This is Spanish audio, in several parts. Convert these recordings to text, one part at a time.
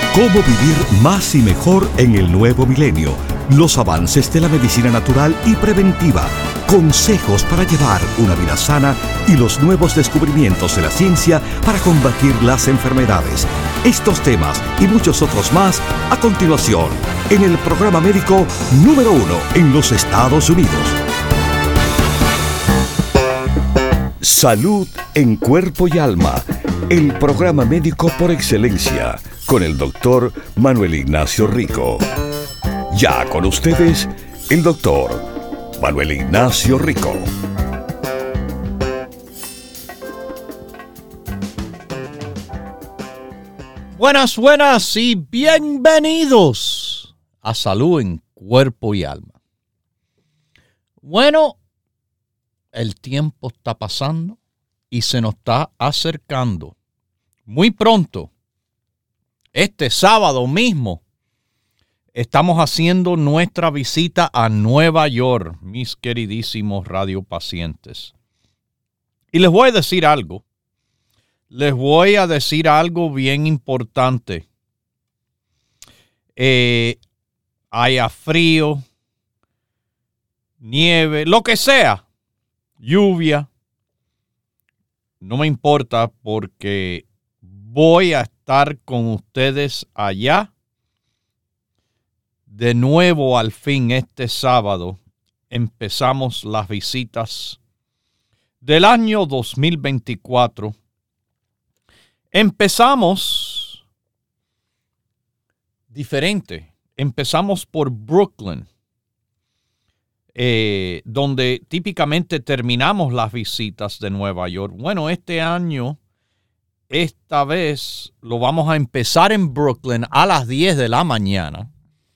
Cómo vivir más y mejor en el nuevo milenio. Los avances de la medicina natural y preventiva. Consejos para llevar una vida sana y los nuevos descubrimientos de la ciencia para combatir las enfermedades. Estos temas y muchos otros más a continuación en el programa médico número 1 en los Estados Unidos. Salud en cuerpo y alma. El programa médico por excelencia con el doctor Manuel Ignacio Rico. Ya con ustedes, el doctor Manuel Ignacio Rico. Buenas y bienvenidos a Salud en Cuerpo y Alma. Bueno, el tiempo está pasando y se nos está acercando. Muy pronto, este sábado mismo, estamos haciendo nuestra visita a Nueva York, mis queridísimos radiopacientes. Y les voy a decir algo. Les voy a decir algo bien importante. Haya frío, nieve, lo que sea, lluvia, no me importa porque voy a estar con ustedes allá. De nuevo, al fin, este sábado, empezamos las visitas del año 2024. Empezamos diferente. Empezamos por Brooklyn, donde típicamente terminamos las visitas de Nueva York. Bueno, este año, esta vez, lo vamos a empezar en Brooklyn a las 10 de la mañana.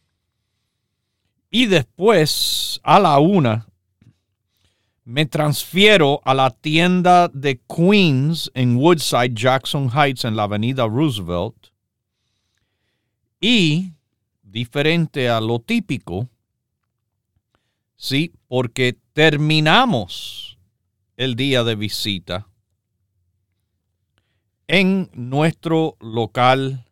Y después, a la 1, me transfiero a la tienda de Queens en Woodside, Jackson Heights, en la avenida Roosevelt. Y, diferente a lo típico, sí, porque terminamos el día de visita en nuestro local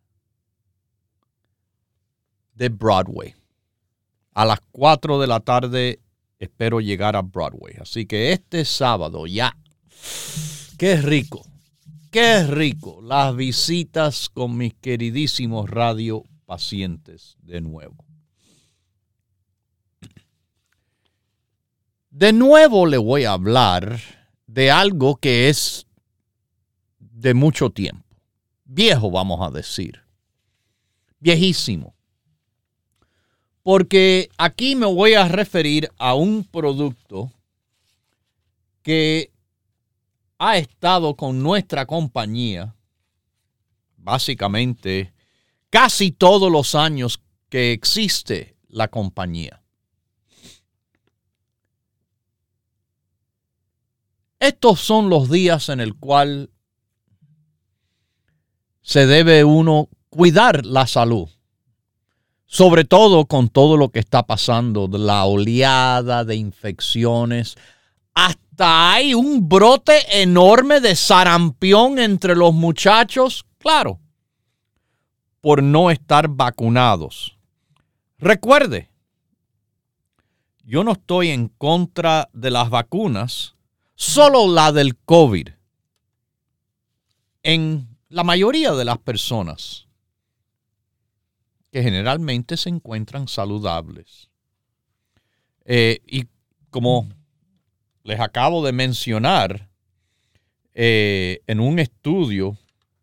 de Broadway. A las 4 de la tarde espero llegar a Broadway. Así que este sábado ya. Qué rico. Qué rico. Las visitas con mis queridísimos radiopacientes de nuevo. De nuevo le voy a hablar de algo que es de mucho tiempo. Viejo, vamos a decir. Viejísimo. Porque aquí me voy a referir a un producto que ha estado con nuestra compañía básicamente casi todos los años que existe la compañía. Estos son los días en el cual se debe uno cuidar la salud. Sobre todo con todo lo que está pasando, de la oleada de infecciones. Hasta hay un brote enorme de sarampión entre los muchachos, claro, por no estar vacunados. Recuerde, yo no estoy en contra de las vacunas, solo la del COVID. En la mayoría de las personas que generalmente se encuentran saludables. Y como les acabo de mencionar, en un estudio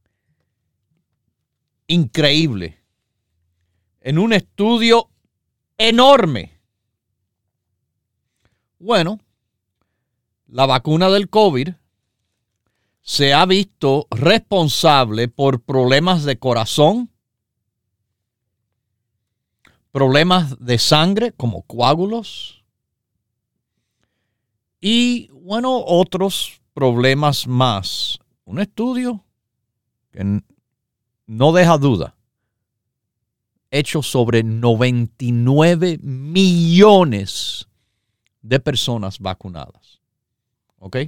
increíble, en un estudio enorme, bueno, la vacuna del COVID se ha visto responsable por problemas de corazón, problemas de sangre como coágulos y, bueno, otros problemas más. Un estudio que no deja duda, hecho sobre 99 millones de personas vacunadas. ¿Ok?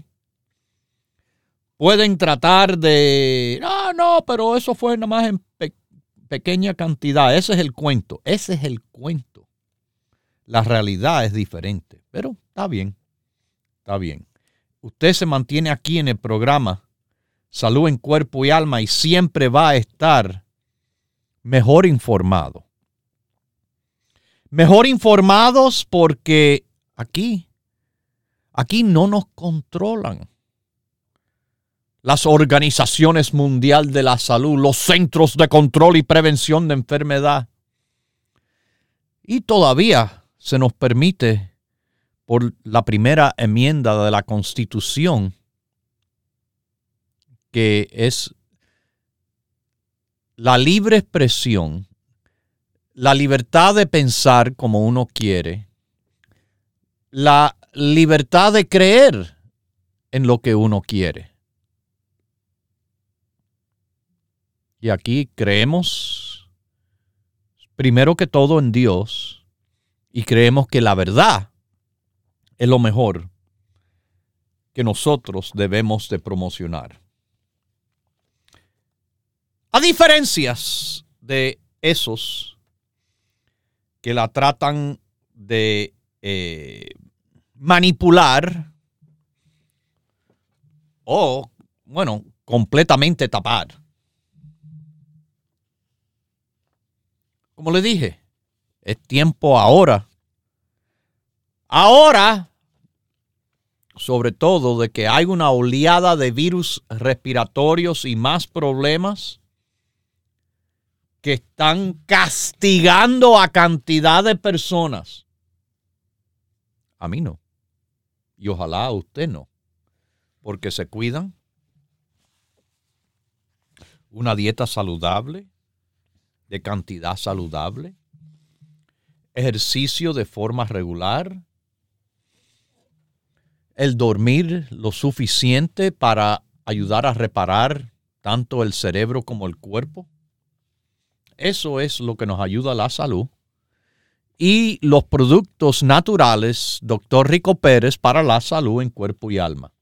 Pueden tratar de, no, pero eso fue nada más en pequeña cantidad. Ese es el cuento. Ese es el cuento. La realidad es diferente. Pero está bien. Está bien. Usted se mantiene aquí en el programa Salud en Cuerpo y Alma y siempre va a estar mejor informado. Mejor informados porque aquí no nos controlan las organizaciones mundiales de la salud, los centros de control y prevención de enfermedad. Y todavía se nos permite, por la primera enmienda de la Constitución, que es la libre expresión, la libertad de pensar como uno quiere, la libertad de creer en lo que uno quiere. Y aquí creemos, primero que todo, en Dios y creemos que la verdad es lo mejor que nosotros debemos de promocionar. A diferencias de esos que la tratan de manipular o, completamente tapar. Como le dije, es tiempo ahora, sobre todo, de que hay una oleada de virus respiratorios y más problemas que están castigando a cantidad de personas. A mí no. Y ojalá a usted no. Porque se cuidan. Una dieta saludable, de cantidad saludable. Ejercicio de forma regular. El dormir lo suficiente para ayudar a reparar tanto el cerebro como el cuerpo. Eso es lo que nos ayuda a la salud. Y los productos naturales, Dr. Rico Pérez, para la salud en cuerpo y alma.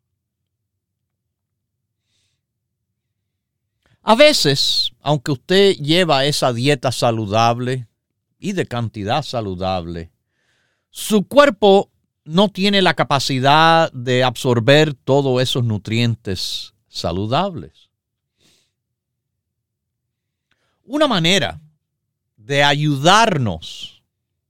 A veces, aunque usted lleva esa dieta saludable y de cantidad saludable, su cuerpo no tiene la capacidad de absorber todos esos nutrientes saludables. Una manera de ayudarnos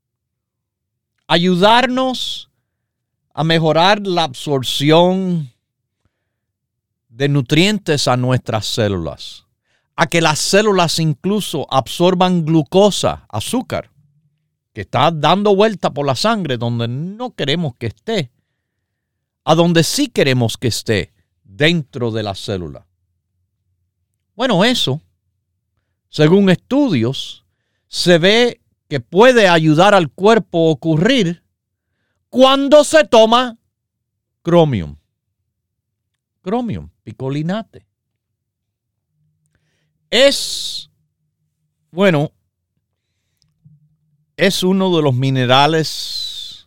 a mejorar la absorción de nutrientes a nuestras células, a que las células incluso absorban glucosa, azúcar, que está dando vuelta por la sangre donde no queremos que esté, a donde sí queremos que esté, dentro de la célula. Bueno, eso, según estudios, se ve que puede ayudar al cuerpo a ocurrir cuando se toma cromium. Cromium, picolinate. Es uno de los minerales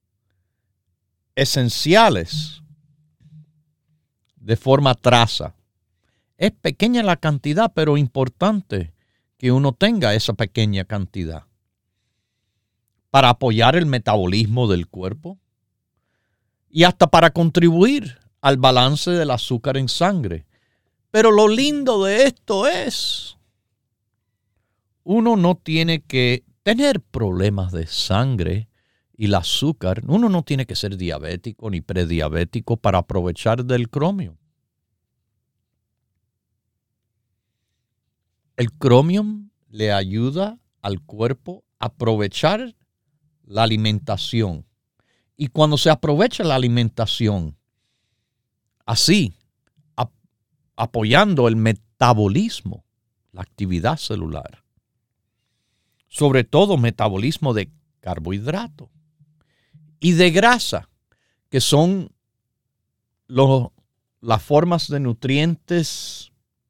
esenciales de forma traza. Es pequeña la cantidad, pero importante que uno tenga esa pequeña cantidad para apoyar el metabolismo del cuerpo y hasta para contribuir al balance del azúcar en sangre. Pero lo lindo de esto es, uno no tiene que tener problemas de sangre y el azúcar. Uno no tiene que ser diabético ni prediabético para aprovechar del cromium. El cromium le ayuda al cuerpo a aprovechar la alimentación. Y cuando se aprovecha la alimentación, así, apoyando el metabolismo, la actividad celular, sobre todo metabolismo de carbohidrato y de grasa, que son las formas de nutrientes,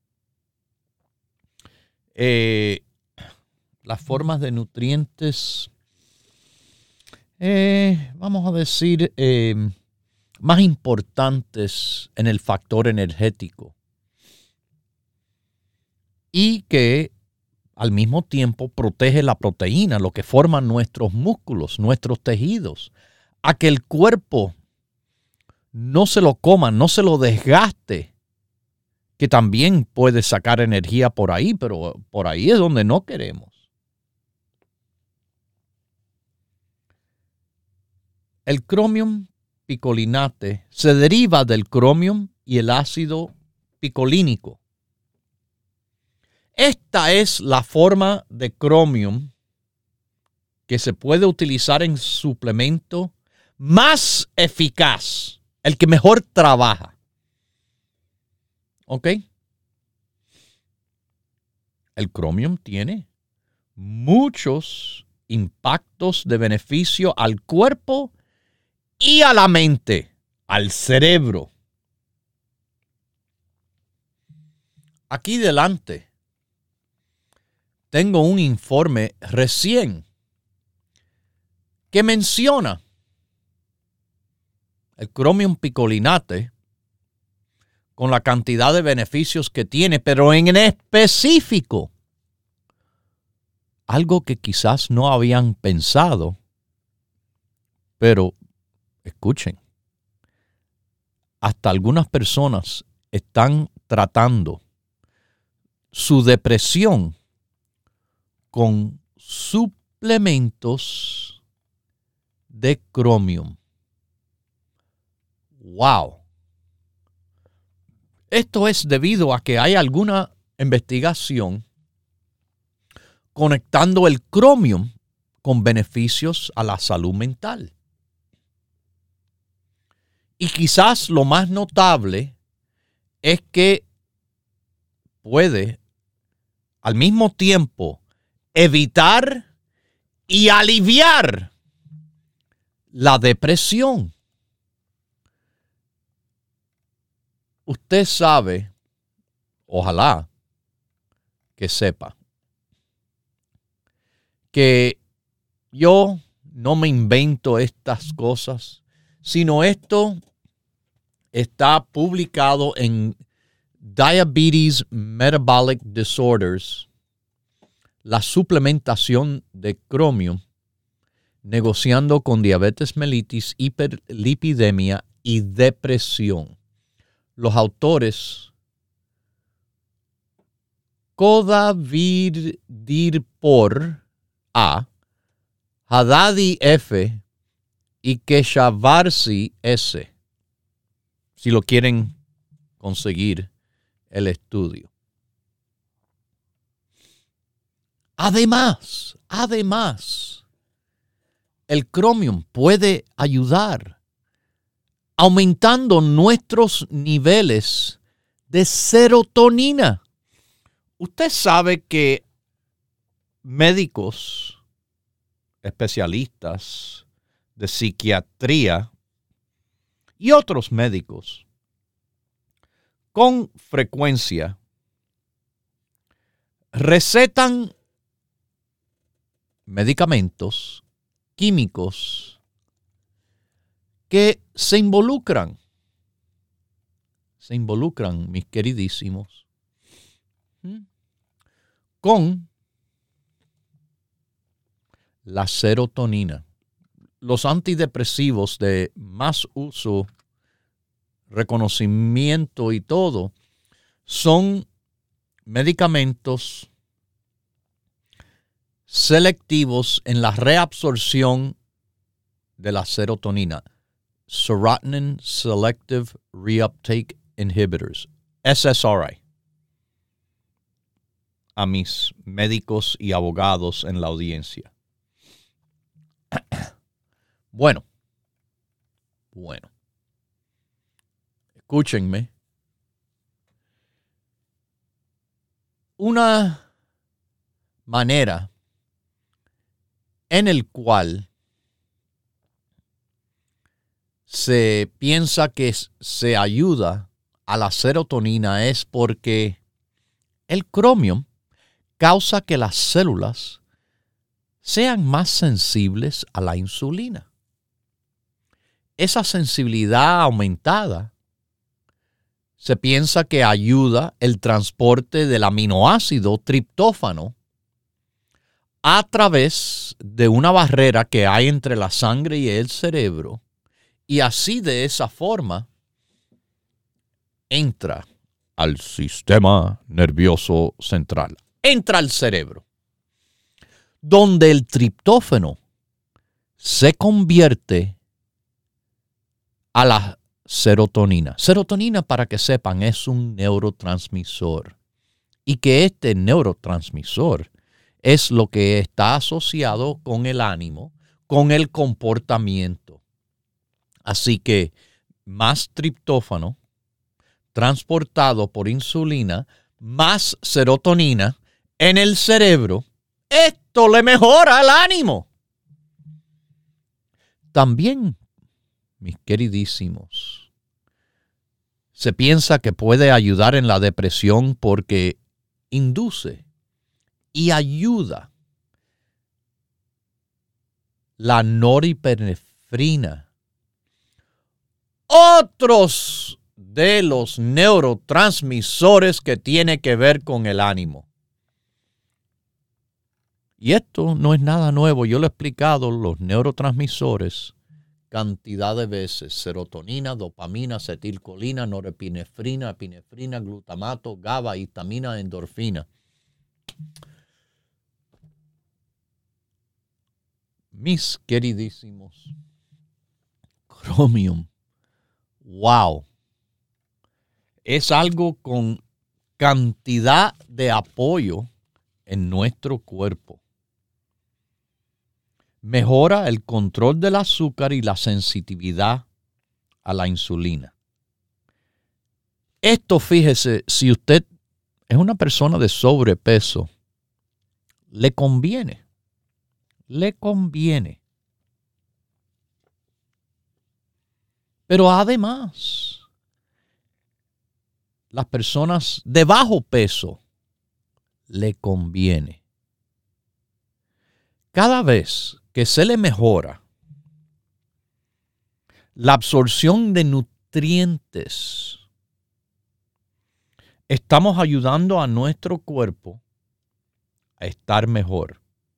vamos a decir, más importantes en el factor energético y que al mismo tiempo protege la proteína, lo que forman nuestros músculos, nuestros tejidos, a que el cuerpo no se lo coma, no se lo desgaste, que también puede sacar energía por ahí, pero por ahí es donde no queremos. El Chromium picolinate se deriva del cromium y el ácido picolínico. Esta es la forma de cromium que se puede utilizar en suplemento más eficaz, el que mejor trabaja. ¿Ok? El cromium tiene muchos impactos de beneficio al cuerpo y a la mente, al cerebro. Aquí delante tengo un informe recién que menciona el Chromium picolinate con la cantidad de beneficios que tiene, pero en específico, algo que quizás no habían pensado, pero escuchen, hasta algunas personas están tratando su depresión con suplementos de cromium. ¡Wow! Esto es debido a que hay alguna investigación conectando el cromium con beneficios a la salud mental. Y quizás lo más notable es que puede al mismo tiempo evitar y aliviar la depresión. Usted sabe, ojalá que sepa, que yo no me invento estas cosas, sino esto está publicado en Diabetes Metabolic Disorders, la suplementación de cromium, negociando con diabetes mellitus, hiperlipidemia y depresión. Los autores Kodavirdirpor A, Haddadi F y Keshavarzi S, si lo quieren conseguir el estudio. Además, el cromium puede ayudar aumentando nuestros niveles de serotonina. Usted sabe que médicos, especialistas de psiquiatría y otros médicos con frecuencia recetan medicamentos químicos que se involucran, mis queridísimos, con la serotonina. Los antidepresivos de más uso, reconocimiento y todo, son medicamentos selectivos en la reabsorción de la serotonina. Serotonin Selective Reuptake Inhibitors, SSRI. A mis médicos y abogados en la audiencia. Bueno. Escúchenme. Una manera en el cual se piensa que se ayuda a la serotonina es porque el cromium causa que las células sean más sensibles a la insulina. Esa sensibilidad aumentada se piensa que ayuda el transporte del aminoácido triptófano a través de una barrera que hay entre la sangre y el cerebro, y así de esa forma entra al sistema nervioso central, entra al cerebro, donde el triptófano se convierte a la serotonina. Serotonina, para que sepan, es un neurotransmisor, y que este neurotransmisor es lo que está asociado con el ánimo, con el comportamiento. Así que más triptófano transportado por insulina, más serotonina en el cerebro, esto le mejora el ánimo. También, mis queridísimos, se piensa que puede ayudar en la depresión porque induce y ayuda la norepinefrina. Otros de los neurotransmisores que tiene que ver con el ánimo. Y esto no es nada nuevo. Yo lo he explicado, los neurotransmisores, cantidad de veces. Serotonina, dopamina, acetilcolina, norepinefrina, epinefrina, glutamato, GABA, histamina, endorfina. Mis queridísimos, Chromium, wow, es algo con cantidad de apoyo en nuestro cuerpo. Mejora el control del azúcar y la sensitividad a la insulina. Esto, fíjese, si usted es una persona de sobrepeso, le conviene. Le conviene. Pero además, las personas de bajo peso le conviene. Cada vez que se le mejora la absorción de nutrientes, estamos ayudando a nuestro cuerpo a estar mejor.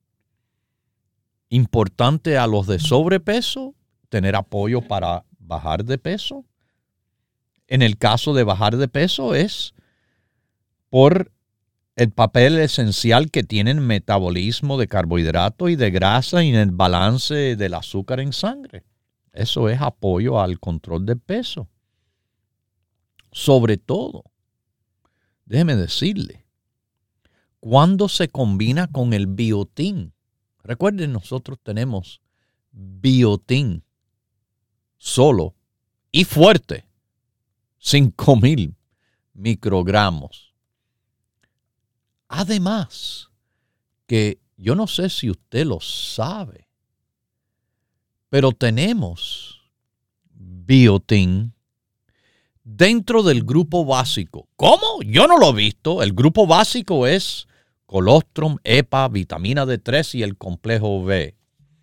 Importante a los de sobrepeso, tener apoyo para bajar de peso. En el caso de bajar de peso es por el papel esencial que tiene el metabolismo de carbohidratos y de grasa y en el balance del azúcar en sangre. Eso es apoyo al control del peso. Sobre todo, déjeme decirle, cuando se combina con el biotín. Recuerden, nosotros tenemos biotín solo y fuerte, 5,000 microgramos. Además, que yo no sé si usted lo sabe, pero tenemos biotín dentro del grupo básico. ¿Cómo? Yo no lo he visto. El grupo básico es colostrum, EPA, vitamina D3 y el complejo B.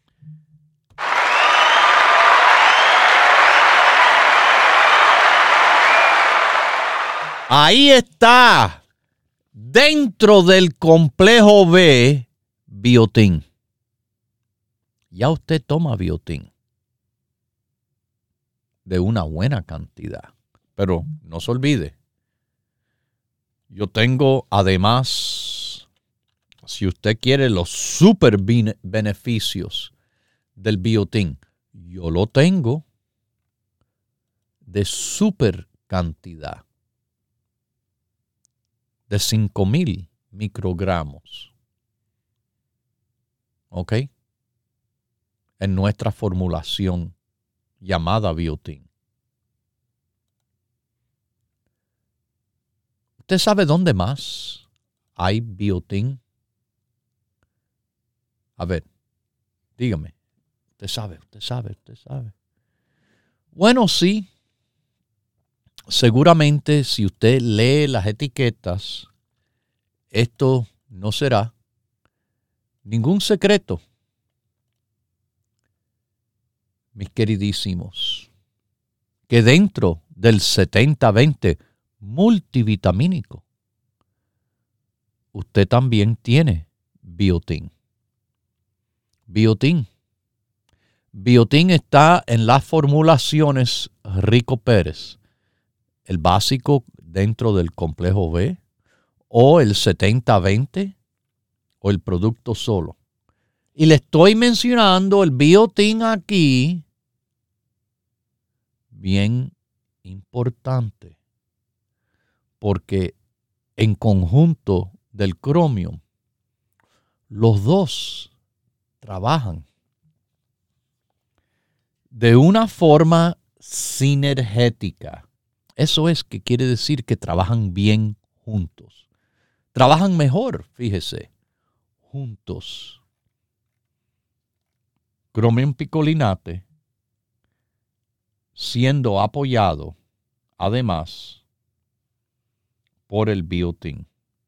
Ahí está, dentro del complejo B, biotín. Ya usted toma biotín de una buena cantidad. Pero no se olvide, yo tengo además, si usted quiere los super beneficios del biotín, yo lo tengo de super cantidad, de 5,000 microgramos. ¿Ok? En nuestra formulación llamada biotín. ¿Usted sabe dónde más hay biotín? A ver, dígame. Usted sabe. Bueno, sí. Seguramente si usted lee las etiquetas, esto no será ningún secreto. Mis queridísimos, que dentro del 70-20 multivitamínico, usted también tiene biotín. Biotin. Biotin está en las formulaciones Rico Pérez, el básico dentro del complejo B, o el 70-20, o el producto solo. Y le estoy mencionando el Biotin aquí, bien importante, porque en conjunto del Chromium, los dos trabajan de una forma sinergética. Eso es que quiere decir que trabajan bien juntos. Trabajan mejor, fíjese, juntos. Chromium picolinate siendo apoyado, además, por el Biotin.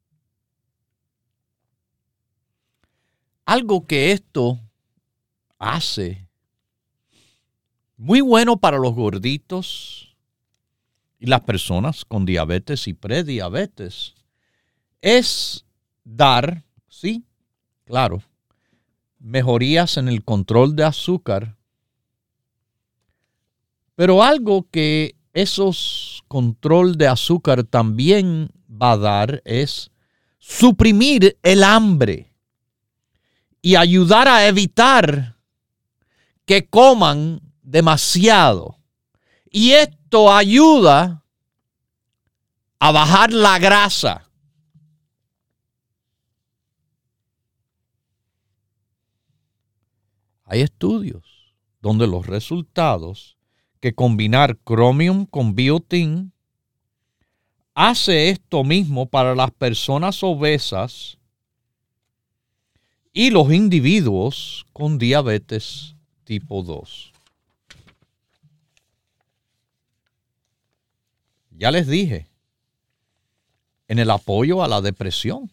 Algo que esto hace muy bueno para los gorditos y las personas con diabetes y prediabetes es dar, sí, claro, mejorías en el control de azúcar, pero algo que esos control de azúcar también va a dar es suprimir el hambre y ayudar a evitar que coman demasiado. Y esto ayuda a bajar la grasa. Hay estudios donde los resultados que combinar Chromium con Biotin hace esto mismo para las personas obesas y los individuos con diabetes tipo 2. Ya les dije, en el apoyo a la depresión,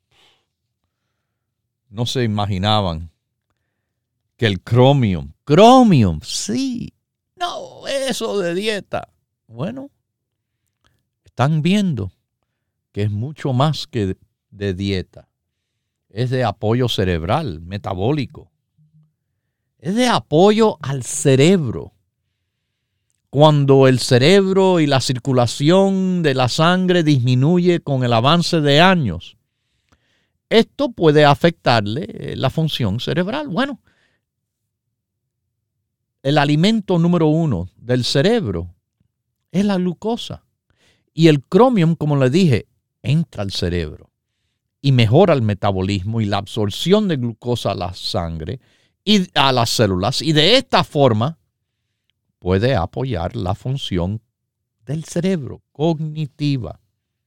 no se imaginaban que el Chromium, sí, no, eso de dieta. Bueno, están viendo que es mucho más que de dieta. Es de apoyo cerebral, metabólico. Es de apoyo al cerebro. Cuando el cerebro y la circulación de la sangre disminuye con el avance de años, esto puede afectarle la función cerebral. Bueno, el alimento número 1 del cerebro es la glucosa. Y el Chromium, como le dije, entra al cerebro y mejora el metabolismo y la absorción de glucosa a la sangre y a las células. Y de esta forma puede apoyar la función del cerebro cognitiva.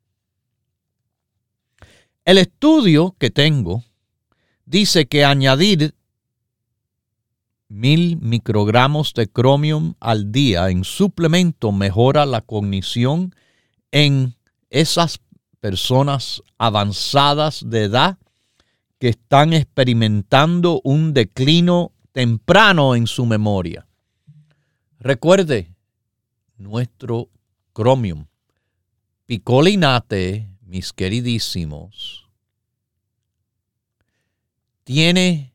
El estudio que tengo dice que añadir 1000 microgramos de Chromium al día en suplemento mejora la cognición en esas personas avanzadas de edad que están experimentando un declino temprano en su memoria. Recuerde, nuestro Chromium picolinate, mis queridísimos, tiene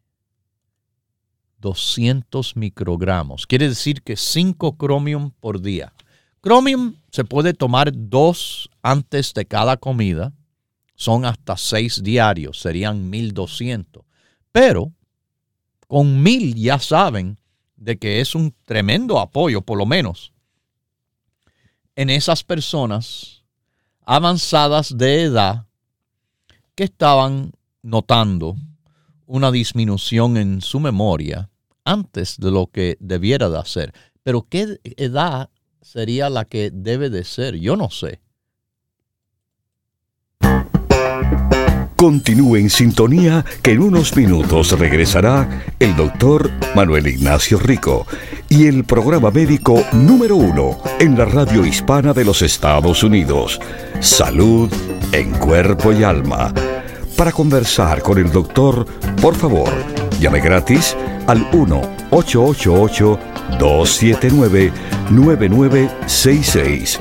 200 microgramos. Quiere decir que 5 Chromium por día. Chromium se puede tomar 2 antes de cada comida. Son hasta 6 diarios. Serían 1200. Pero con 1000 ya saben de que es un tremendo apoyo, por lo menos, en esas personas avanzadas de edad que estaban notando una disminución en su memoria antes de lo que debiera de hacer. Pero ¿qué edad sería la que debe de ser? Yo no sé. Continúe en sintonía que en unos minutos regresará el doctor Manuel Ignacio Rico y el programa médico número 1 en la radio hispana de los Estados Unidos, Salud en Cuerpo y Alma. Para conversar con el doctor, por favor, llame gratis al 1-888-279-9966.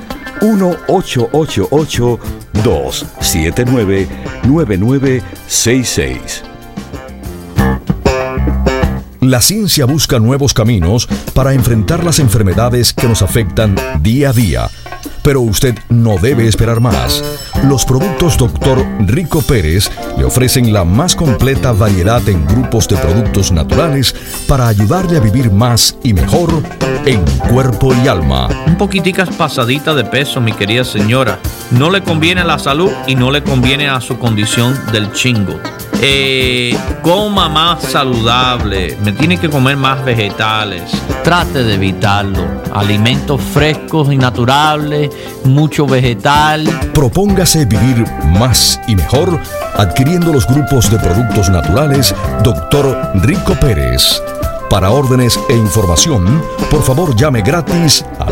1-888-279-9966. La ciencia busca nuevos caminos para enfrentar las enfermedades que nos afectan día a día. Pero usted no debe esperar más. Los productos Dr. Rico Pérez le ofrecen la más completa variedad en grupos de productos naturales para ayudarle a vivir más y mejor en cuerpo y alma. Un poquiticas pasadita de peso, mi querida señora. No le conviene a la salud y no le conviene a su condición del chingo. Coma más saludable, me tiene que comer más vegetales. Trate de evitarlo. Alimentos frescos y naturales, mucho vegetal. Propóngase vivir más y mejor adquiriendo los grupos de productos naturales Dr. Rico Pérez. Para órdenes e información, por favor llame gratis al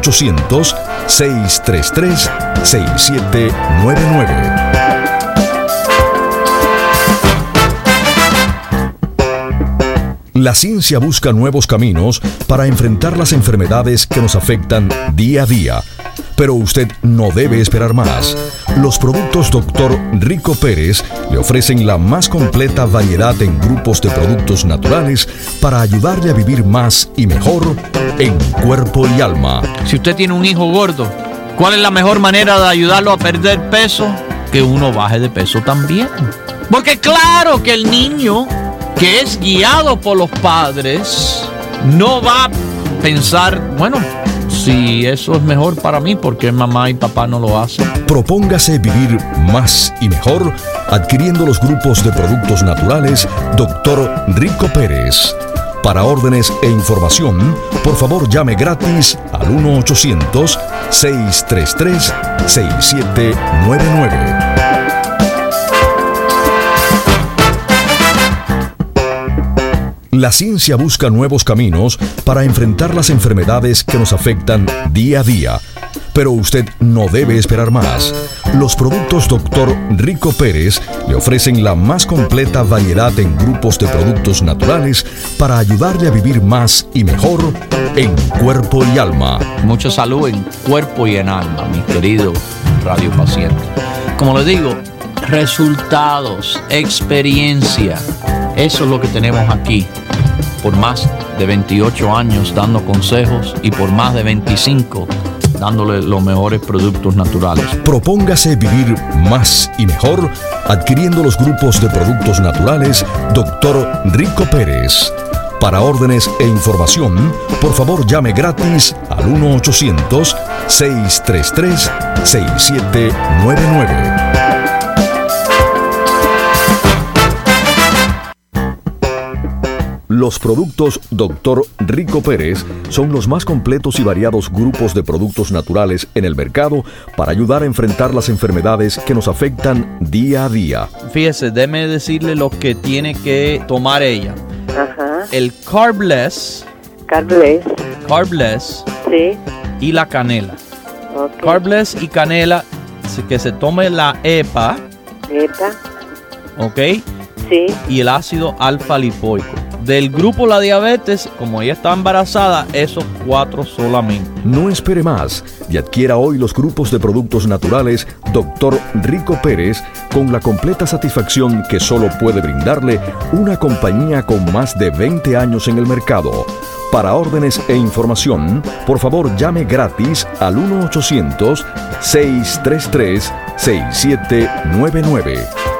1-800-633-6799. La ciencia busca nuevos caminos para enfrentar las enfermedades que nos afectan día a día. Pero usted no debe esperar más. Los productos Dr. Rico Pérez le ofrecen la más completa variedad en grupos de productos naturales para ayudarle a vivir más y mejor en cuerpo y alma. Si usted tiene un hijo gordo, ¿cuál es la mejor manera de ayudarlo a perder peso? Que uno baje de peso también. Porque claro que el niño que es guiado por los padres no va a pensar, bueno, si eso es mejor para mí, ¿por qué mamá y papá no lo hacen? Propóngase vivir más y mejor adquiriendo los grupos de productos naturales Dr. Rico Pérez. Para órdenes e información, por favor llame gratis al 1-800-633-6799. La ciencia busca nuevos caminos para enfrentar las enfermedades que nos afectan día a día. Pero usted no debe esperar más. Los productos Dr. Rico Pérez le ofrecen la más completa variedad en grupos de productos naturales para ayudarle a vivir más y mejor en cuerpo y alma. Mucha salud en cuerpo y en alma, mi querido radio paciente. Como le digo, resultados, experiencia, eso es lo que tenemos aquí. Por más de 28 años dando consejos y por más de 25 dándole los mejores productos naturales. Propóngase vivir más y mejor adquiriendo los grupos de productos naturales Dr. Rico Pérez. Para órdenes e información, por favor llame gratis al 1-800-633-6799. Los productos Dr. Rico Pérez son los más completos y variados grupos de productos naturales en el mercado para ayudar a enfrentar las enfermedades que nos afectan día a día. Fíjese, déjeme decirle lo que tiene que tomar ella. Ajá. El Carbless. Sí. Y la canela. Okay. Carbless y canela, que se tome la EPA. ¿Ok? Sí. Y el ácido alfa lipoico. Del grupo la diabetes, como ella está embarazada, esos 4 solamente. No espere más y adquiera hoy los grupos de productos naturales Dr. Rico Pérez con la completa satisfacción que solo puede brindarle una compañía con más de 20 años en el mercado. Para órdenes e información, por favor llame gratis al 1-800-633-6799.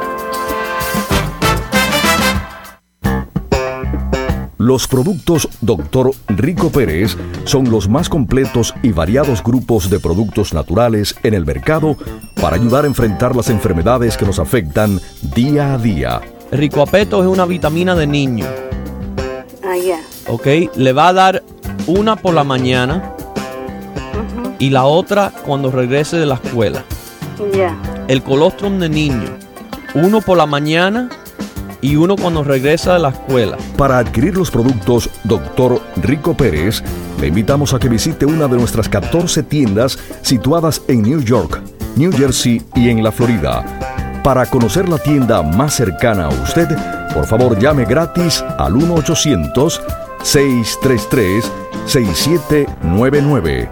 Los productos Dr. Rico Pérez son los más completos y variados grupos de productos naturales en el mercado para ayudar a enfrentar las enfermedades que nos afectan día a día. Rico Apeto es una vitamina de niño. Ya. ¿Ok? Le va a dar una por la mañana y la otra cuando regrese de la escuela. Ya. El colostrum de niño, uno por la mañana y uno cuando regresa de la escuela. Para adquirir los productos Dr. Rico Pérez, le invitamos a que visite una de nuestras 14 tiendas situadas en New York, New Jersey y en la Florida. Para conocer la tienda más cercana a usted, por favor llame gratis al 1-800-633-6799.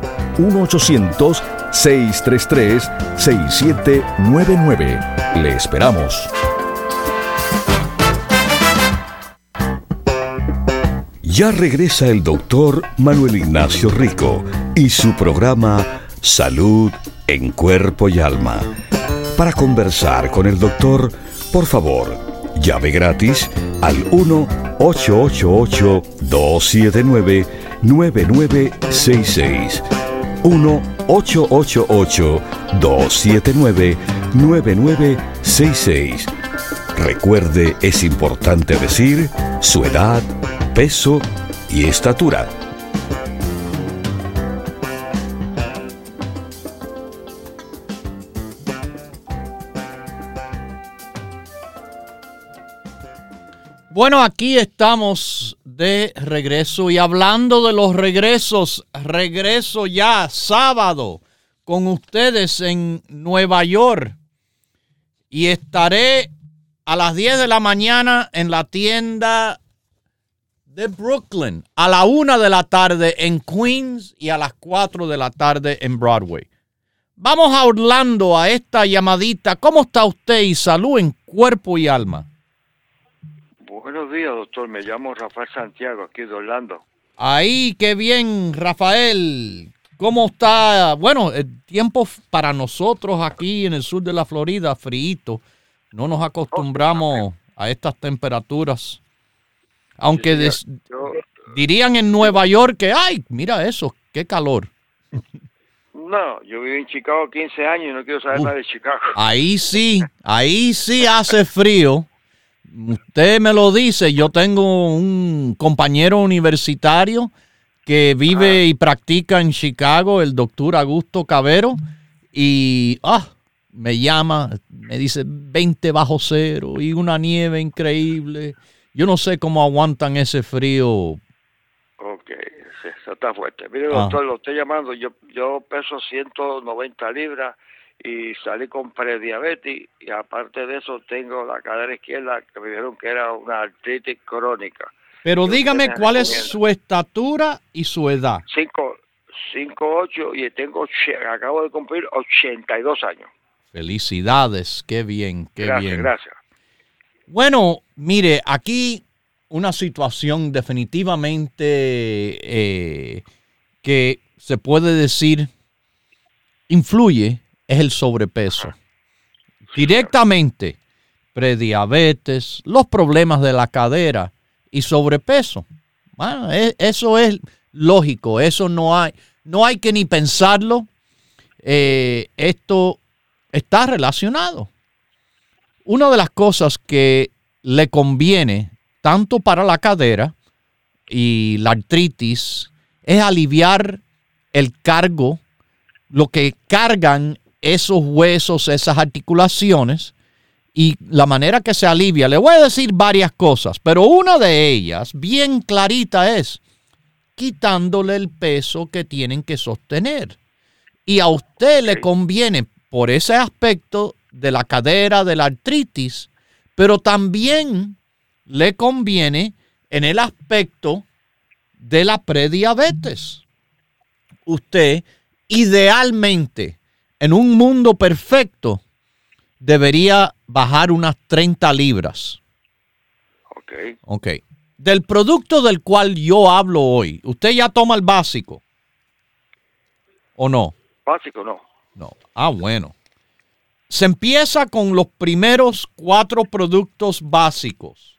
1-800-633-6799. Le esperamos. Ya regresa el doctor Manuel Ignacio Rico y su programa Salud en Cuerpo y Alma. Para conversar con el doctor, por favor, llame gratis al 1-888-279-9966. 1-888-279-9966. Recuerde, es importante decir su edad, peso y estatura. Bueno, aquí estamos de regreso y hablando de los regresos, regreso ya sábado con ustedes en Nueva York y estaré a las 10 de la mañana en la tienda de Brooklyn, a la 1 de la tarde en Queens y a las 4 de la tarde en Broadway. Vamos a Orlando a esta llamadita. ¿Cómo está usted y salud en cuerpo y alma? Buenos días, doctor. Me llamo Rafael Santiago, aquí de Orlando. Ahí, qué bien, Rafael. ¿Cómo está? Bueno, el tiempo para nosotros aquí en el sur de la Florida, frío. No nos acostumbramos a estas temperaturas. Aunque Sí, dirían en Nueva York que, ay, mira eso, qué calor. No, yo viví en Chicago 15 años y no quiero saber nada de Chicago. Ahí sí hace frío. Usted me lo dice, yo tengo un compañero universitario que vive y practica en Chicago, el doctor Augusto Cabero, y me llama, me dice 20 bajo cero y una nieve increíble. Yo no sé cómo aguantan ese frío. Ok, sí, eso está fuerte. Mire, doctor, lo estoy llamando, yo peso 190 libras y salí con prediabetes y aparte de eso tengo la cadera izquierda que me dijeron que era una artritis crónica. Pero dígame cuál es su estatura y su edad. 5'8" y acabo de cumplir 82 años. Felicidades, qué bien, qué bien. Gracias. Bueno, mire, aquí una situación definitivamente que se puede decir influye es el sobrepeso. Directamente, prediabetes, los problemas de la cadera y sobrepeso. Bueno, eso es lógico, eso no hay que ni pensarlo. Esto está relacionado. Una de las cosas que le conviene tanto para la cadera y la artritis es aliviar el cargo, lo que cargan esos huesos, esas articulaciones, y la manera que se alivia. Le voy a decir varias cosas, pero una de ellas, bien clarita, es quitándole el peso que tienen que sostener. Y a usted le conviene por ese aspecto de la cadera, de la artritis, pero también le conviene en el aspecto de la prediabetes. Usted, idealmente, en un mundo perfecto, debería bajar unas 30 libras. Ok. Del producto del cual yo hablo hoy, ¿usted ya toma el básico? ¿O no? Básico no. No. Bueno. Se empieza con los primeros 4 productos básicos.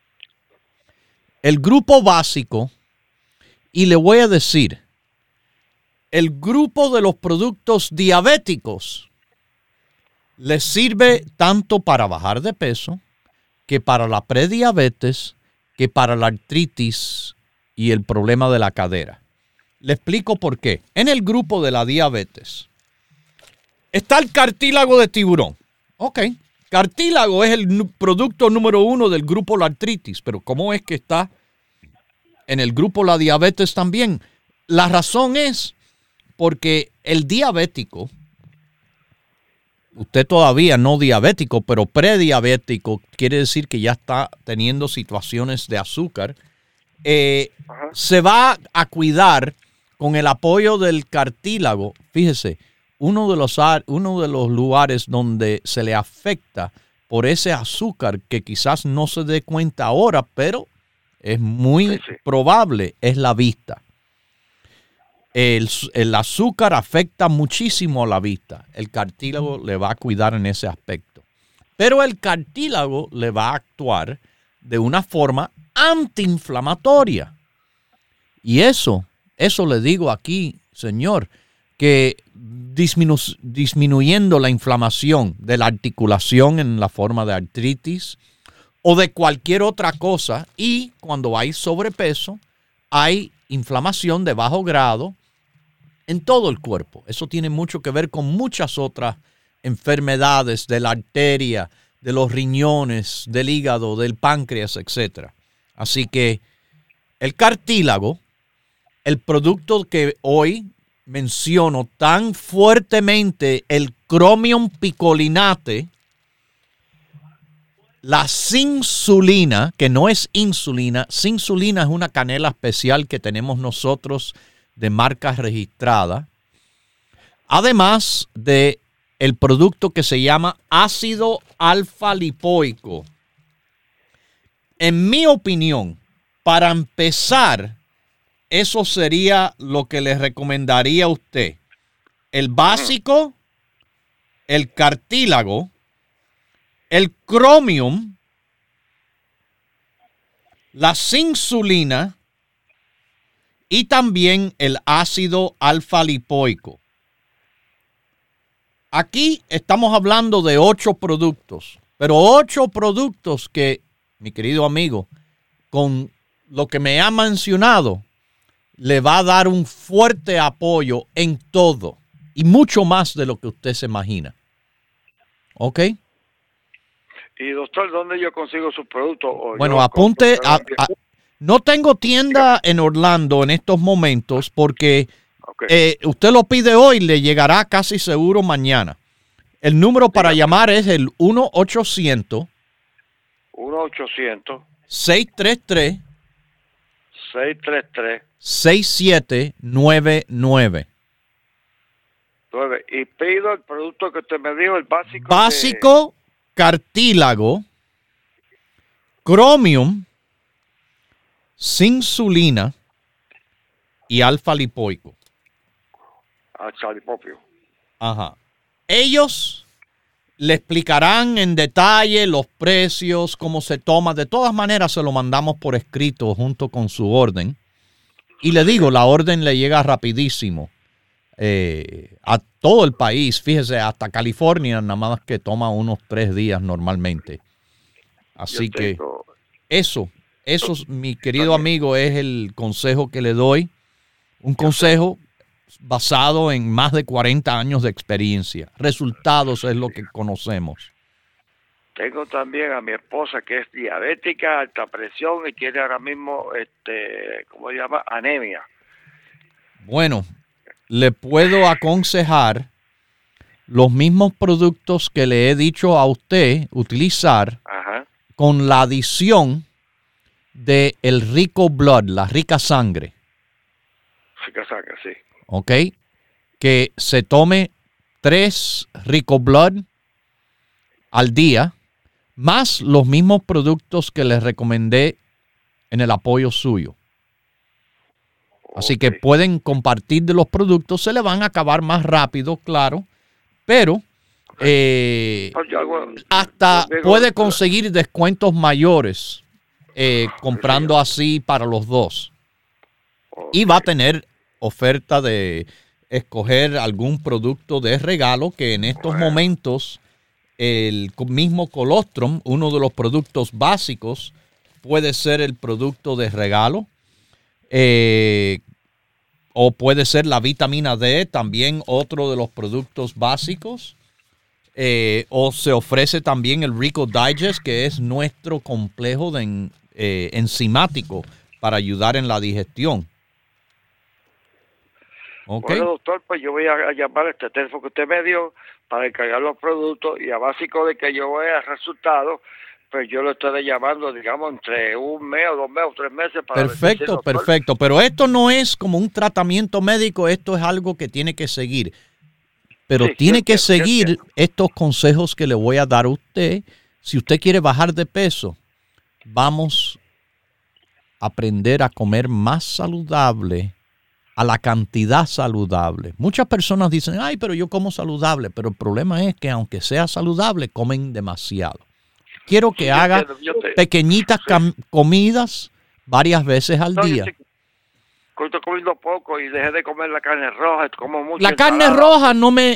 El grupo básico, y le voy a decir, el grupo de los productos diabéticos les sirve tanto para bajar de peso, que para la prediabetes, que para la artritis y el problema de la cadera. Le explico por qué. En el grupo de la diabetes está el cartílago de tiburón. Ok, cartílago es el producto número 1 del grupo la artritis, pero ¿cómo es que está en el grupo la diabetes también? La razón es porque el diabético, usted todavía no diabético, pero prediabético, quiere decir que ya está teniendo situaciones de azúcar, se va a cuidar con el apoyo del cartílago. Fíjese, uno de los lugares donde se le afecta por ese azúcar que quizás no se dé cuenta ahora, pero es muy probable, es la vista. El azúcar afecta muchísimo a la vista. El cartílago le va a cuidar en ese aspecto. Pero el cartílago le va a actuar de una forma antiinflamatoria. Y eso le digo aquí, señor, que disminuyendo la inflamación de la articulación en la forma de artritis o de cualquier otra cosa, y cuando hay sobrepeso, hay inflamación de bajo grado en todo el cuerpo. Eso tiene mucho que ver con muchas otras enfermedades de la arteria, de los riñones, del hígado, del páncreas, etc. Así que el cartílago, el producto que hoy menciono tan fuertemente, el Chromium picolinate, la Sinsulina, que no es insulina. Sinsulina es una canela especial que tenemos nosotros de marca registrada. Además de el producto que se llama ácido alfa lipoico. En mi opinión, para empezar, eso sería lo que le recomendaría a usted. El básico, el cartílago, el Chromium, la Sinsulina y también el ácido alfa lipoico. Aquí estamos hablando de 8 productos, pero 8 productos que, mi querido amigo, con lo que me ha mencionado, le va a dar un fuerte apoyo en todo y mucho más de lo que usted se imagina. ¿Ok? Y doctor, ¿dónde yo consigo sus productos? Bueno, apunte, no tengo tienda en Orlando en estos momentos porque usted lo pide hoy, le llegará casi seguro mañana. El número para llamar es el 1-800 633 6799. Y pido el producto que usted me dijo, el básico. Básico, cartílago, Chromium, Sinsulina y alfa lipoico. Alfa lipoico. Ajá. Ellos le explicarán en detalle los precios, cómo se toma. De todas maneras, se lo mandamos por escrito junto con su orden. Y le digo, la orden le llega rapidísimo a todo el país. Fíjese, hasta California, nada más que toma unos 3 días normalmente. Así que eso, mi querido amigo, es el consejo que le doy. Un consejo basado en más de 40 años de experiencia. Resultados es lo que conocemos. Tengo también a mi esposa que es diabética, alta presión y tiene ahora mismo, ¿cómo se llama? Anemia. Bueno, le puedo aconsejar los mismos productos que le he dicho a usted utilizar. Ajá. Con la adición de el Rico Blood, la rica sangre. Rica sangre, sí. ¿Ok? Que se tome 3 Rico Blood al día, más los mismos productos que les recomendé en el apoyo suyo. Así que pueden compartir de los productos, se le van a acabar más rápido, claro, pero hasta puede conseguir descuentos mayores comprando así para los dos. Y va a tener oferta de escoger algún producto de regalo, que en estos momentos el mismo colostrum, uno de los productos básicos, puede ser el producto de regalo, o puede ser la vitamina D, también otro de los productos básicos, o se ofrece también el Rico Digest, que es nuestro complejo de enzimático para ayudar en la digestión. Okay. Bueno, doctor, pues yo voy a llamar a este teléfono que usted me dio para encargar los productos, y a básico de que yo vea resultados, pues yo lo estaré llamando, digamos, entre 1 mes o 2 meses o 3 meses. Para perfecto, perfecto. Pero esto no es como un tratamiento médico, esto es algo que tiene que seguir. Pero sí, tiene que seguir estos consejos que le voy a dar a usted. Si usted quiere bajar de peso, vamos aprender a comer más saludable, a la cantidad saludable. Muchas personas dicen, ay, pero yo como saludable, pero el problema es que aunque sea saludable, comen demasiado. Quiero que haga pequeñitas comidas varias veces al día. Estoy comiendo poco y dejé de comer la carne roja, como mucho. La carne roja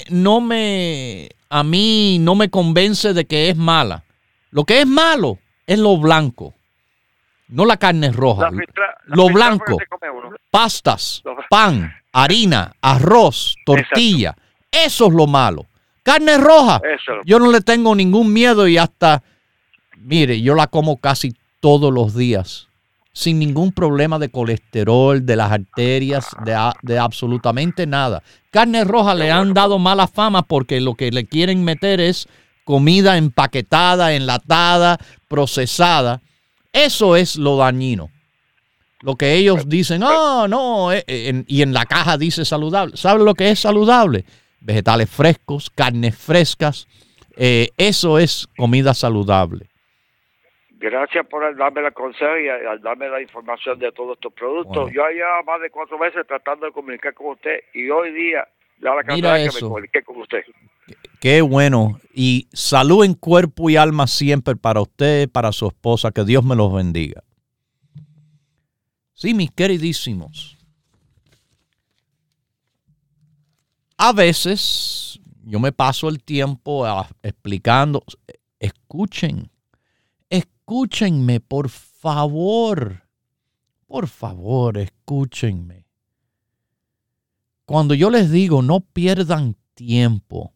a mí no me convence de que es mala. Lo que es malo es lo blanco, no la carne roja. Lo blanco, pastas, pan, harina, arroz, tortilla. Exacto. Eso es lo malo. Carne roja, yo no le tengo ningún miedo y hasta, mire, yo la como casi todos los días, sin ningún problema de colesterol, de las arterias, de absolutamente nada. Carne roja le han dado mala fama porque lo que le quieren meter es comida empaquetada, enlatada, procesada. Eso es lo dañino. Lo que ellos dicen, y en la caja dice saludable. ¿Sabe lo que es saludable? Vegetales frescos, carnes frescas. Eso es comida saludable. Gracias por darme la consejo y darme la información de todos estos productos. Bueno. Yo llevaba más de 4 meses tratando de comunicar con usted y hoy día la cantidad que me comuniqué con usted. Qué bueno. Y salud en cuerpo y alma siempre para usted, para su esposa. Que Dios me los bendiga. Sí, mis queridísimos. A veces yo me paso el tiempo explicando. Escúchenme, por favor. Por favor, escúchenme. Cuando yo les digo no pierdan tiempo,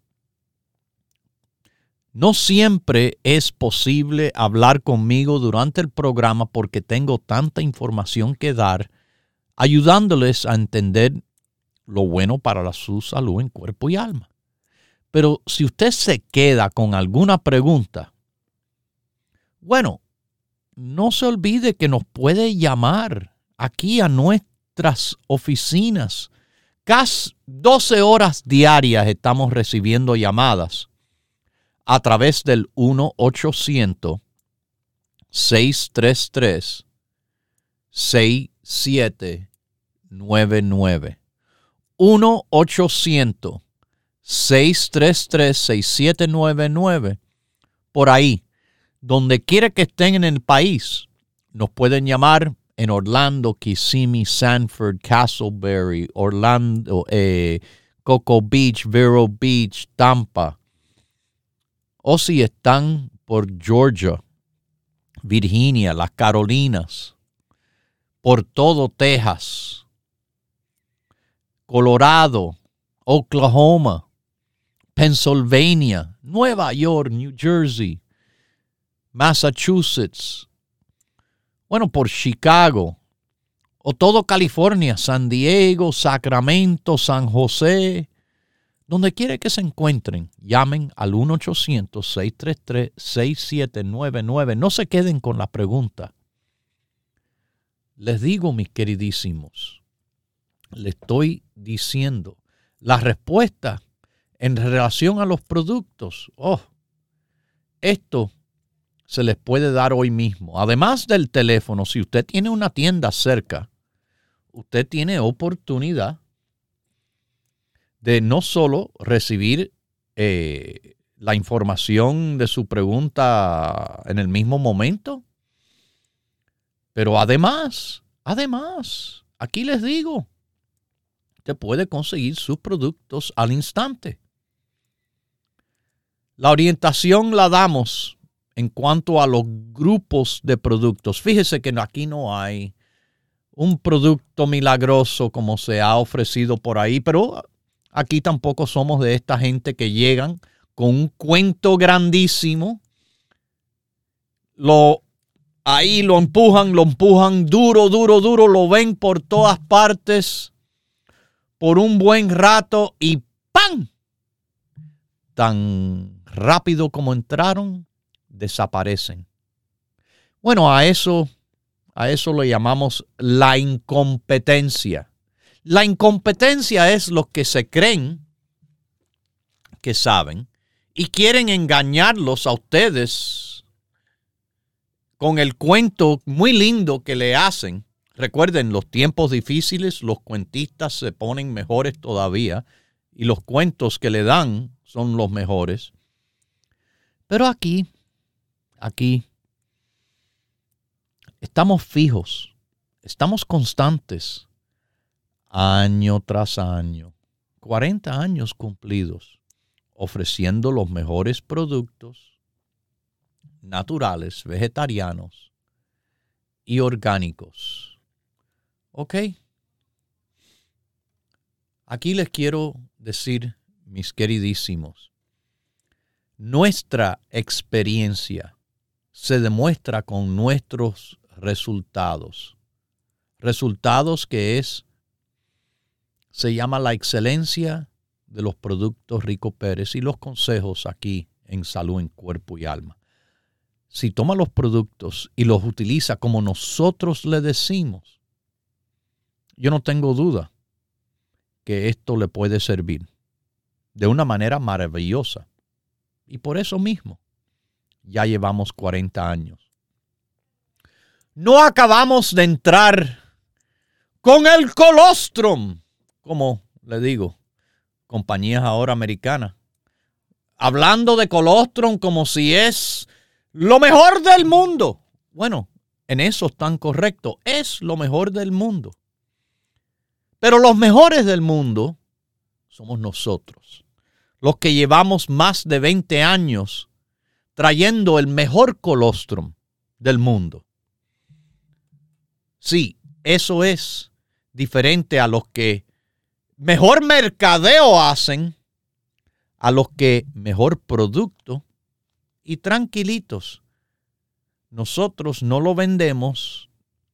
no siempre es posible hablar conmigo durante el programa porque tengo tanta información que dar, ayudándoles a entender lo bueno para su salud en cuerpo y alma. Pero si usted se queda con alguna pregunta, bueno, no se olvide que nos puede llamar aquí a nuestras oficinas. Casi 12 horas diarias estamos recibiendo llamadas a través del 1-800-633-6799. 1-800-633-6799. Por ahí, donde quiera que estén en el país, nos pueden llamar en Orlando, Kissimmee, Sanford, Castleberry, Orlando, Cocoa Beach, Vero Beach, Tampa. O si están por Georgia, Virginia, las Carolinas, por todo Texas, Colorado, Oklahoma, Pennsylvania, Nueva York, New Jersey, Massachusetts, bueno, por Chicago, o todo California, San Diego, Sacramento, San José, donde quiera que se encuentren, llamen al 1-800-633-6799. No se queden con la pregunta. Les digo, mis queridísimos, les estoy diciendo la respuesta en relación a los productos. Esto se les puede dar hoy mismo. Además del teléfono, si usted tiene una tienda cerca, usted tiene oportunidad de no solo recibir la información de su pregunta en el mismo momento, pero además, aquí les digo, usted puede conseguir sus productos al instante. La orientación la damos en cuanto a los grupos de productos. Fíjese que aquí no hay un producto milagroso como se ha ofrecido por ahí, pero aquí tampoco somos de esta gente que llegan con un cuento grandísimo, lo empujan duro, lo ven por todas partes por un buen rato y ¡pam! Tan rápido como entraron, desaparecen. Bueno, a eso le llamamos la incompetencia. La incompetencia es los que se creen que saben y quieren engañarlos a ustedes con el cuento muy lindo que le hacen. Recuerden, los tiempos difíciles, los cuentistas se ponen mejores todavía y los cuentos que le dan son los mejores. Pero aquí, estamos fijos, estamos constantes, año tras año, 40 años cumplidos, ofreciendo los mejores productos naturales, vegetarianos y orgánicos. ¿Ok? Aquí les quiero decir, mis queridísimos, nuestra experiencia se demuestra con nuestros resultados. Resultados que se llama la excelencia de los productos Rico Pérez y los consejos aquí en Salud en Cuerpo y Alma. Si toma los productos y los utiliza como nosotros le decimos, yo no tengo duda que esto le puede servir de una manera maravillosa. Y por eso mismo, ya llevamos 40 años. No acabamos de entrar con el colostrum, como le digo, compañías ahora americanas, hablando de colostrum como si es lo mejor del mundo. Bueno, en eso están correctos, es lo mejor del mundo. Pero los mejores del mundo somos nosotros, los que llevamos más de 20 años trayendo el mejor colostrum del mundo. Sí, eso es diferente a los que mejor mercadeo hacen, a los que mejor producto y tranquilitos. Nosotros no lo vendemos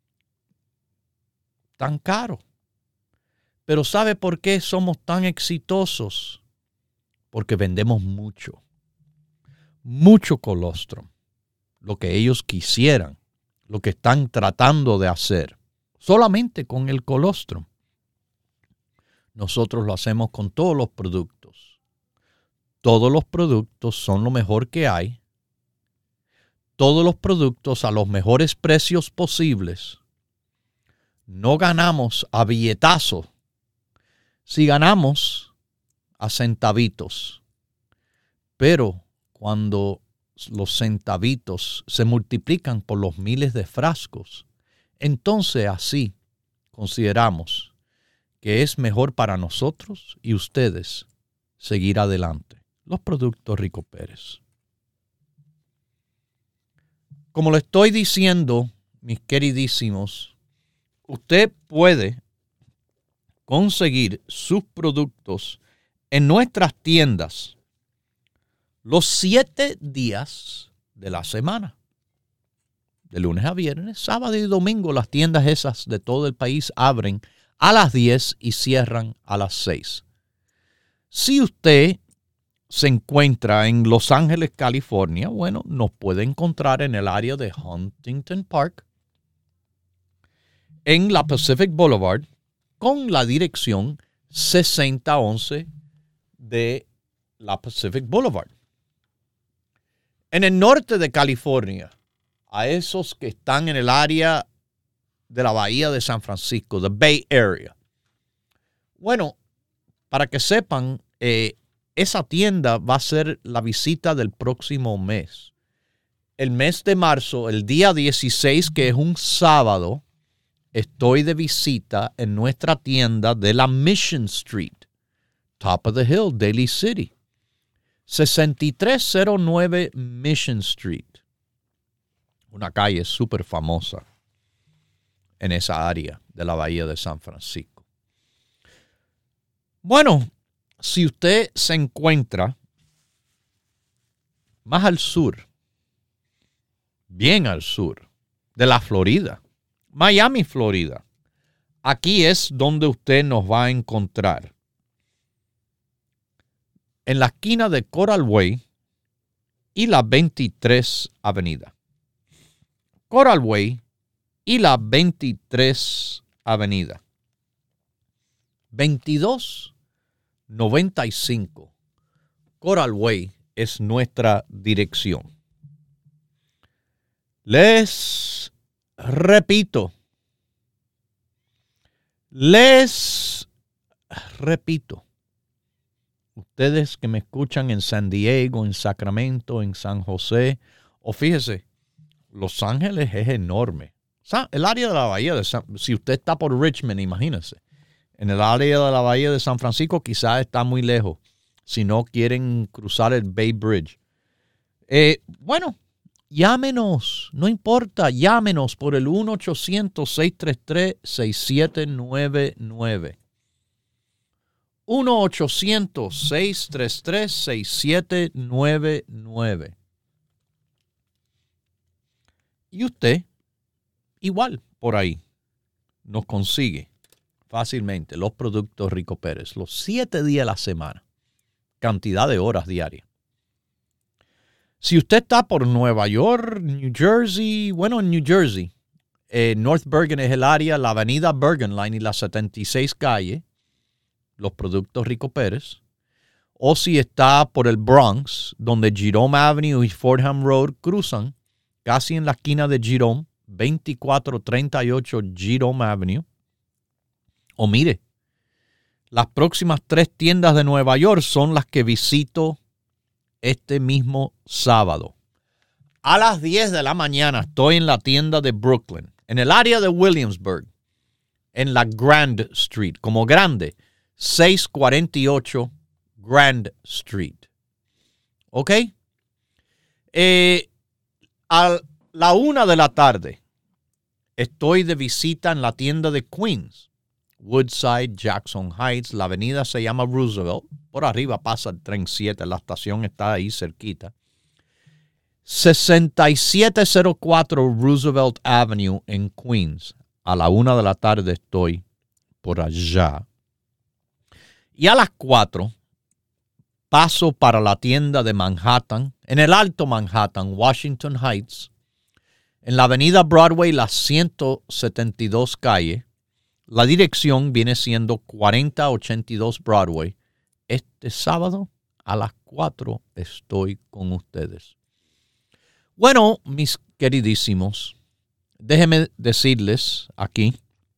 tan caro. Pero ¿sabe por qué somos tan exitosos? Porque vendemos mucho colostrum, lo que ellos quisieran, lo que están tratando de hacer, solamente con el colostrum. Nosotros lo hacemos con todos los productos. Todos los productos son lo mejor que hay. Todos los productos a los mejores precios posibles. No ganamos a billetazos. Si ganamos a centavitos. Pero cuando los centavitos se multiplican por los miles de frascos, entonces así consideramos que es mejor para nosotros y ustedes seguir adelante. Los productos Rico Pérez. Como le estoy diciendo, mis queridísimos, usted puede conseguir sus productos en nuestras tiendas los 7 días de la semana. De lunes a viernes, sábado y domingo, las tiendas esas de todo el país abren a las 10 y cierran a las 6. Si usted se encuentra en Los Ángeles, California, bueno, nos puede encontrar en el área de Huntington Park, en la Pacific Boulevard, con la dirección 6011 de la Pacific Boulevard. En el norte de California, a esos que están en el área de la Bahía de San Francisco, the Bay Area. Bueno, para que sepan, esa tienda va a ser la visita del próximo mes. El mes de marzo, el día 16, que es un sábado, estoy de visita en nuestra tienda de la Mission Street, Top of the Hill, Daly City. 6309 Mission Street. Una calle súper famosa en esa área de la Bahía de San Francisco. Bueno, si usted se encuentra más al sur, bien al sur de la Florida, Miami, Florida, aquí es donde usted nos va a encontrar. En la esquina de Coral Way y la 23 Avenida. Coral Way y la 23 Avenida. 2295 Coral Way es nuestra dirección. Les repito, ustedes que me escuchan en San Diego, en Sacramento, en San José, o fíjese, Los Ángeles es enorme. El área de la bahía de si usted está por Richmond, imagínese. En el área de la bahía de San Francisco quizás está muy lejos si no quieren cruzar el Bay Bridge. Bueno, llámenos, no importa, llámenos por el 1-800-633-6799. 1-800-633-6799. Y usted, igual, por ahí, nos consigue fácilmente los productos Rico Pérez, los 7 días a la semana, cantidad de horas diarias. Si usted está por Nueva York, New Jersey, bueno, en New Jersey, North Bergen es el área, la avenida Bergen Line y la 76 calle, los productos Rico Pérez. O si está por el Bronx, donde Jerome Avenue y Fordham Road cruzan, casi en la esquina de Jerome, 2438 Jerome Avenue. O mire, las próximas 3 tiendas de Nueva York son las que visito este mismo sábado. A las 10 de la mañana estoy en la tienda de Brooklyn, en el área de Williamsburg, en la Grand Street, como grande, 648 Grand Street. ¿Ok? A la 1 de la tarde estoy de visita en la tienda de Queens, Woodside, Jackson Heights. La avenida se llama Roosevelt. Por arriba pasa el tren 7. La estación está ahí cerquita. 6704 Roosevelt Avenue en Queens. A la 1 de la tarde estoy por allá. Y a las 4 paso para la tienda de Manhattan, en el Alto Manhattan, Washington Heights, en la avenida Broadway, la 172 calle. La dirección viene siendo 4082 Broadway. Este sábado a las 4 estoy con ustedes. Bueno, mis queridísimos, déjenme decirles aquí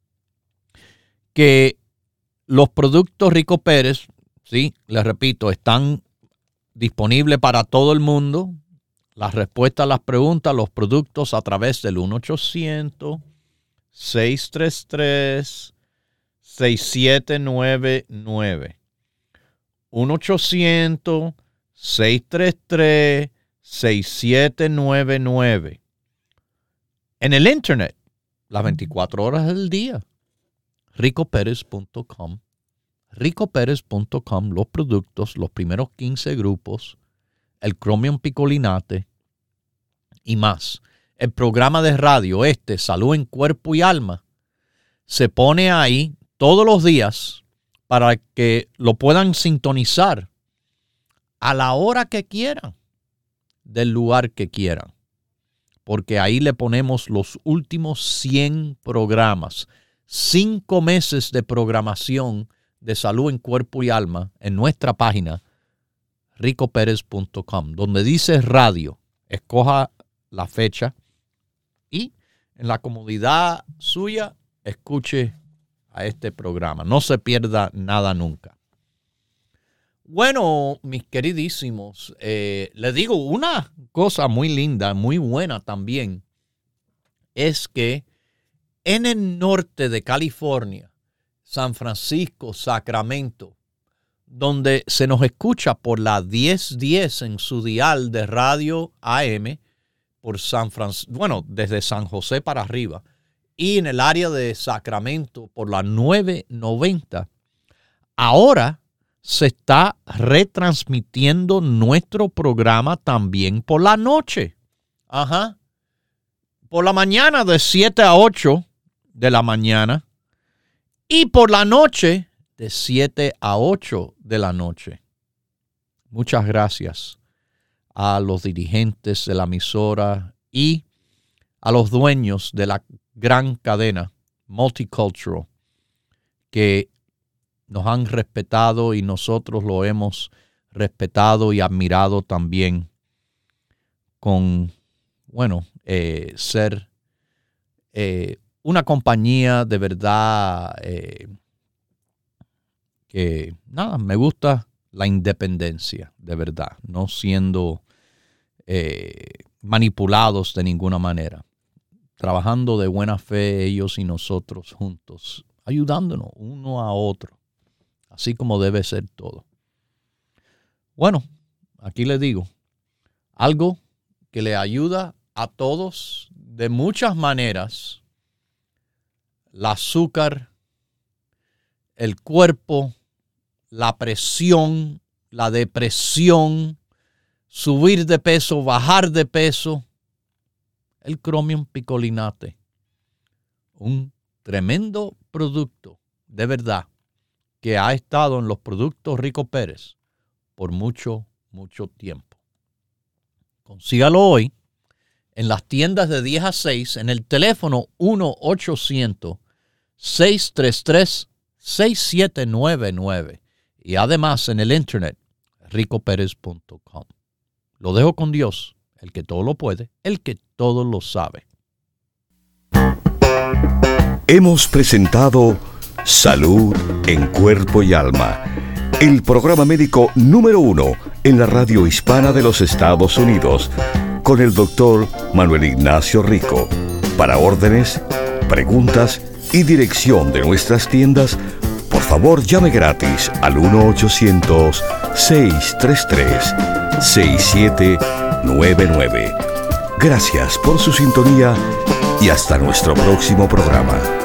que los productos Rico Pérez, sí, les repito, están disponibles para todo el mundo. Las respuestas a las preguntas, los productos a través del 1-800-633-6799. 1-800-633-6799. En el internet, las 24 horas del día. RicoPérez.com. RicoPérez.com, los productos, los primeros 15 grupos, el Chromium Picolinate y más. El programa de radio, Salud en Cuerpo y Alma, se pone ahí todos los días para que lo puedan sintonizar a la hora que quieran, del lugar que quieran. Porque ahí le ponemos los últimos 100 programas, 5 meses de programación de salud en cuerpo y alma en nuestra página RicoPérez.com, donde dice radio. Escoja la fecha y en la comodidad suya escuche a este programa. No se pierda nada nunca. Bueno, mis queridísimos, les digo una cosa muy linda, muy buena también, es que en el norte de California, San Francisco, Sacramento, donde se nos escucha por la 1010 en su dial de radio AM, por San Francisco, bueno, desde San José para arriba, y en el área de Sacramento por la 990, ahora se está retransmitiendo nuestro programa también por la noche. Ajá. Por la mañana de 7 a 8 de la mañana y por la noche de 7 a 8 de la noche. Muchas gracias a los dirigentes de la emisora y a los dueños de la gran cadena Multicultural que nos han respetado y nosotros lo hemos respetado y admirado también con ser una compañía de verdad que, me gusta la independencia, de verdad, no siendo manipulados de ninguna manera, trabajando de buena fe ellos y nosotros juntos, ayudándonos uno a otro, así como debe ser todo. Bueno, aquí les digo, algo que le ayuda a todos de muchas maneras: el azúcar, el cuerpo, la presión, la depresión, subir de peso, bajar de peso. El Chromium Picolinate, un tremendo producto, de verdad, que ha estado en los productos Rico Pérez por mucho, mucho tiempo. Consígalo hoy en las tiendas de 10 a 6 en el teléfono 1-800-633-6799 y además en el internet ricoperez.com. Lo dejo con Dios, el que todo lo puede, el que todo lo sabe. Hemos presentado Salud en Cuerpo y Alma, el programa médico número 1 en la radio hispana de los Estados Unidos, con el doctor Manuel Ignacio Rico. Para órdenes, preguntas y dirección de nuestras tiendas, por favor llame gratis al 1-800-633-6799. Gracias por su sintonía y hasta nuestro próximo programa.